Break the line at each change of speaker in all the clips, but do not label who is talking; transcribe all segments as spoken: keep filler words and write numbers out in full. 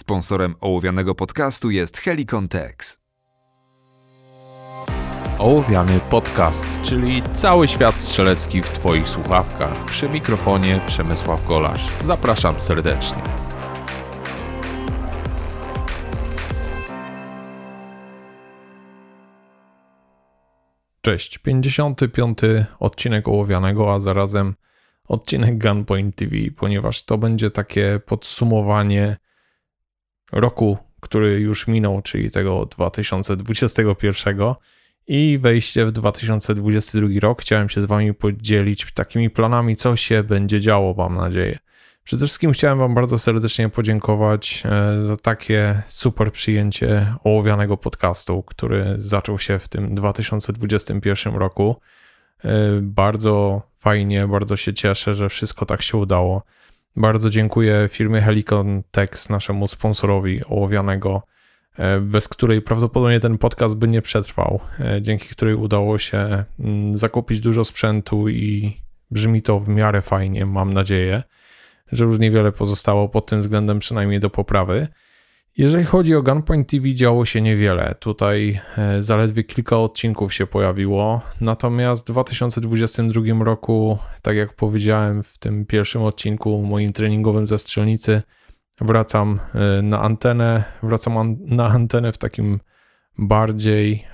Sponsorem ołowianego podcastu jest Helikon Tex.
Ołowiany podcast, czyli cały świat strzelecki w Twoich słuchawkach. Przy mikrofonie Przemysław Golasz. Zapraszam serdecznie. Cześć, pięćdziesiąty piąty odcinek Ołowianego, a zarazem odcinek Gunpoint T V, ponieważ to będzie takie podsumowanie roku, który już minął, czyli tego dwa tysiące dwudziestego pierwszego i wejście w dwa tysiące dwudziesty drugi rok. Chciałem się z Wami podzielić takimi planami, co się będzie działo, mam nadzieję. Przede wszystkim chciałem Wam bardzo serdecznie podziękować za takie super przyjęcie ołowianego podcastu, który zaczął się w tym dwa tysiące dwudziestym pierwszym roku. Bardzo fajnie, bardzo się cieszę, że wszystko tak się udało. Bardzo dziękuję firmie Helikon Tex, naszemu sponsorowi ołowianego, bez której prawdopodobnie ten podcast by nie przetrwał, dzięki której udało się zakupić dużo sprzętu i brzmi to w miarę fajnie, mam nadzieję, że już niewiele pozostało pod tym względem, przynajmniej do poprawy. Jeżeli chodzi o Gunpoint T V, działo się niewiele. Tutaj zaledwie kilka odcinków się pojawiło, natomiast w dwa tysiące dwudziestym drugim roku, tak jak powiedziałem w tym pierwszym odcinku moim treningowym ze strzelnicy, wracam na antenę, wracam na antenę w takim bardziej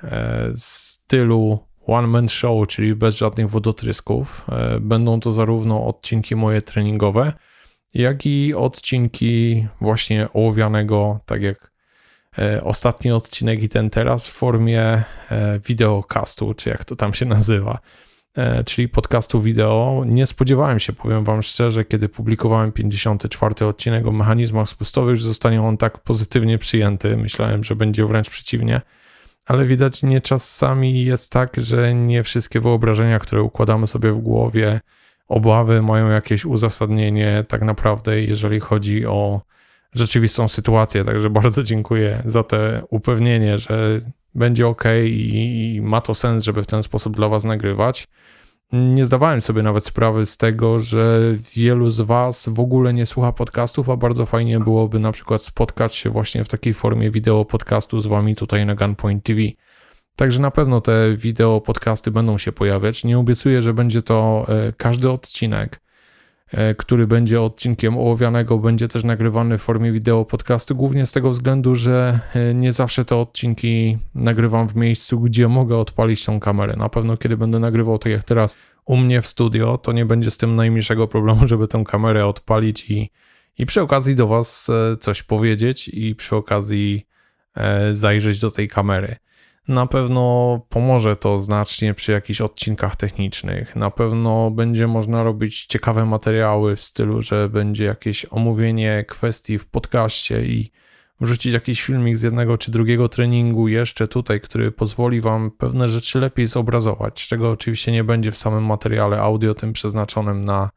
stylu one man show, czyli bez żadnych wodotrysków. Będą to zarówno odcinki moje treningowe, jak i odcinki właśnie ołowianego, tak jak ostatni odcinek i ten teraz, w formie wideocastu, czy jak to tam się nazywa, czyli podcastu wideo. Nie spodziewałem się, powiem Wam szczerze, kiedy publikowałem pięćdziesiąty czwarty odcinek o mechanizmach spustowych, że zostanie on tak pozytywnie przyjęty. Myślałem, że będzie wręcz przeciwnie, ale widać nie czasami jest tak, że nie wszystkie wyobrażenia, które układamy sobie w głowie, obawy mają jakieś uzasadnienie tak naprawdę, jeżeli chodzi o rzeczywistą sytuację. Także bardzo dziękuję za te upewnienie, że będzie ok i, i ma to sens, żeby w ten sposób dla Was nagrywać. Nie zdawałem sobie nawet sprawy z tego, że wielu z Was w ogóle nie słucha podcastów, a bardzo fajnie byłoby na przykład spotkać się właśnie w takiej formie wideo podcastu z Wami tutaj na Gunpoint T V. Także na pewno te wideo podcasty będą się pojawiać. Nie obiecuję, że będzie to każdy odcinek, który będzie odcinkiem ołowianego, będzie też nagrywany w formie wideo podcastu, głównie z tego względu, że nie zawsze te odcinki nagrywam w miejscu, gdzie mogę odpalić tą kamerę. Na pewno kiedy będę nagrywał tak jak teraz u mnie w studio, to nie będzie z tym najmniejszego problemu, żeby tę kamerę odpalić i, i przy okazji do Was coś powiedzieć i przy okazji zajrzeć do tej kamery. Na pewno pomoże to znacznie przy jakichś odcinkach technicznych. Na pewno będzie można robić ciekawe materiały w stylu, że będzie jakieś omówienie kwestii w podcaście i wrzucić jakiś filmik z jednego czy drugiego treningu jeszcze tutaj, który pozwoli Wam pewne rzeczy lepiej zobrazować, czego oczywiście nie będzie w samym materiale audio tym przeznaczonym na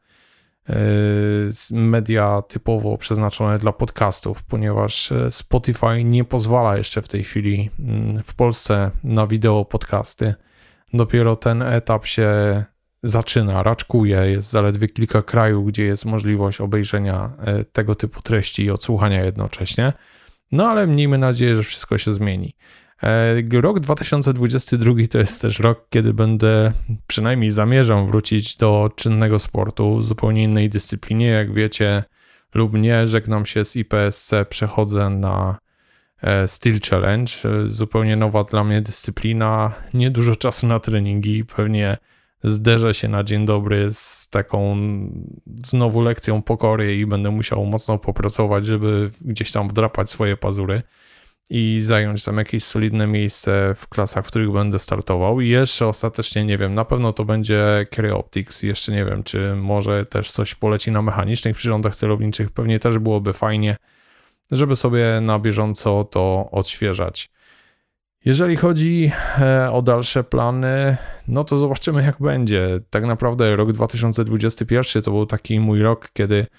media typowo przeznaczone dla podcastów, ponieważ Spotify nie pozwala jeszcze w tej chwili w Polsce na wideo podcasty. Dopiero ten etap się zaczyna, raczkuje, jest zaledwie kilka krajów, gdzie jest możliwość obejrzenia tego typu treści i odsłuchania jednocześnie. No ale miejmy nadzieję, że wszystko się zmieni. Rok dwa tysiące dwudziesty drugi to jest też rok, kiedy będę, przynajmniej zamierzam wrócić do czynnego sportu w zupełnie innej dyscyplinie. Jak wiecie lub nie, żegnam się z I P S C, przechodzę na Steel Challenge. Zupełnie nowa dla mnie dyscyplina, niedużo czasu na treningi, pewnie zderzę się na dzień dobry z taką znowu lekcją pokory i będę musiał mocno popracować, żeby gdzieś tam wdrapać swoje pazury i zająć tam jakieś solidne miejsce w klasach, w których będę startował. I jeszcze ostatecznie nie wiem, na pewno to będzie Carry Optics, jeszcze nie wiem, czy może też coś poleci na mechanicznych przyrządach celowniczych, pewnie też byłoby fajnie, żeby sobie na bieżąco to odświeżać. Jeżeli chodzi o dalsze plany, no to zobaczymy jak będzie. Tak naprawdę rok dwa tysiące dwudziesty pierwszy to był taki mój rok, kiedy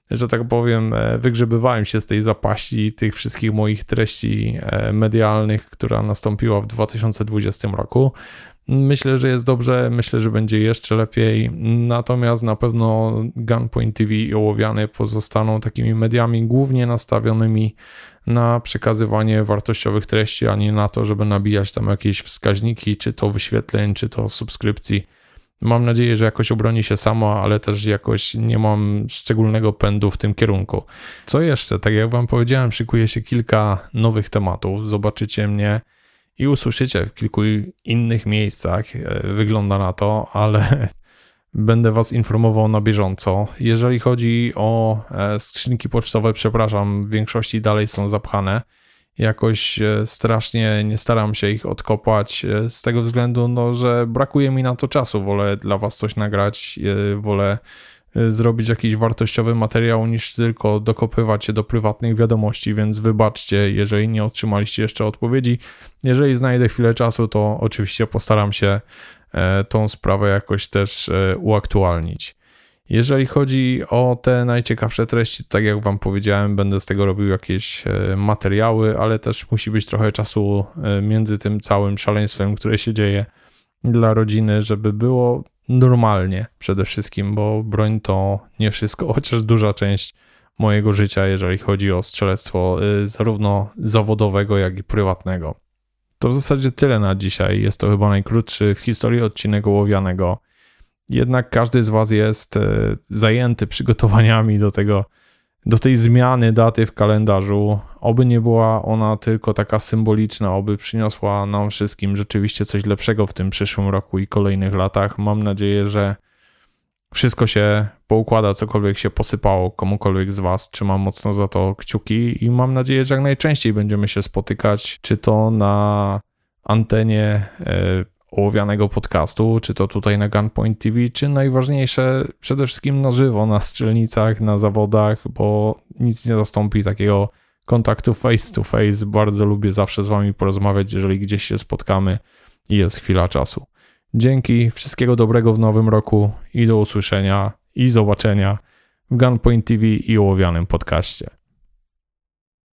że tak powiem, wygrzebywałem się z tej zapaści tych wszystkich moich treści medialnych, która nastąpiła w dwa tysiące dwudziestym roku. Myślę, że jest dobrze, myślę, że będzie jeszcze lepiej, natomiast na pewno Gunpoint T V i Ołowiany pozostaną takimi mediami głównie nastawionymi na przekazywanie wartościowych treści, a nie na to, żeby nabijać tam jakieś wskaźniki, czy to wyświetleń, czy to subskrypcji. Mam nadzieję, że jakoś obroni się sama, ale też jakoś nie mam szczególnego pędu w tym kierunku. Co jeszcze? Tak jak wam powiedziałem, szykuje się kilka nowych tematów. Zobaczycie mnie i usłyszycie w kilku innych miejscach. Wygląda na to, ale będę was informował na bieżąco. Jeżeli chodzi o skrzynki pocztowe, przepraszam, w większości dalej są zapchane. Jakoś strasznie nie staram się ich odkopać z tego względu, no, że brakuje mi na to czasu. Wolę dla was coś nagrać, wolę zrobić jakiś wartościowy materiał niż tylko dokopywać się do prywatnych wiadomości, więc wybaczcie, jeżeli nie otrzymaliście jeszcze odpowiedzi. Jeżeli znajdę chwilę czasu, to oczywiście postaram się tą sprawę jakoś też uaktualnić. Jeżeli chodzi o te najciekawsze treści, tak jak wam powiedziałem, będę z tego robił jakieś materiały, ale też musi być trochę czasu między tym całym szaleństwem, które się dzieje dla rodziny, żeby było normalnie przede wszystkim, bo broń to nie wszystko, chociaż duża część mojego życia, jeżeli chodzi o strzelectwo zarówno zawodowego, jak i prywatnego. To w zasadzie tyle na dzisiaj. Jest to chyba najkrótszy w historii odcinek Ołowianego. Jednak każdy z was jest zajęty przygotowaniami do tego, do tej zmiany daty w kalendarzu. Oby nie była ona tylko taka symboliczna, oby przyniosła nam wszystkim rzeczywiście coś lepszego w tym przyszłym roku i kolejnych latach. Mam nadzieję, że wszystko się poukłada, cokolwiek się posypało komukolwiek z was. Trzymam mocno za to kciuki i mam nadzieję, że jak najczęściej będziemy się spotykać, czy to na antenie Ołowianego podcastu, czy to tutaj na Gunpoint T V, czy najważniejsze przede wszystkim na żywo, na strzelnicach, na zawodach, bo nic nie zastąpi takiego kontaktu face to face. Bardzo lubię zawsze z wami porozmawiać, jeżeli gdzieś się spotkamy i jest chwila czasu. Dzięki, wszystkiego dobrego w nowym roku i do usłyszenia i zobaczenia w Gunpoint T V i Ołowianym podcaście.